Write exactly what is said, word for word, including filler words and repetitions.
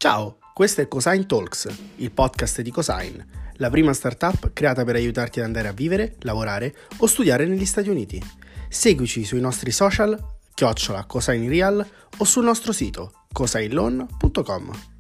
Ciao, questo è Cosign Talks, il podcast di Cosign, la prima startup creata per aiutarti ad andare a vivere, lavorare o studiare negli Stati Uniti. Seguici sui nostri social, chiocciola Cosign Real o sul nostro sito cosign loan punto com.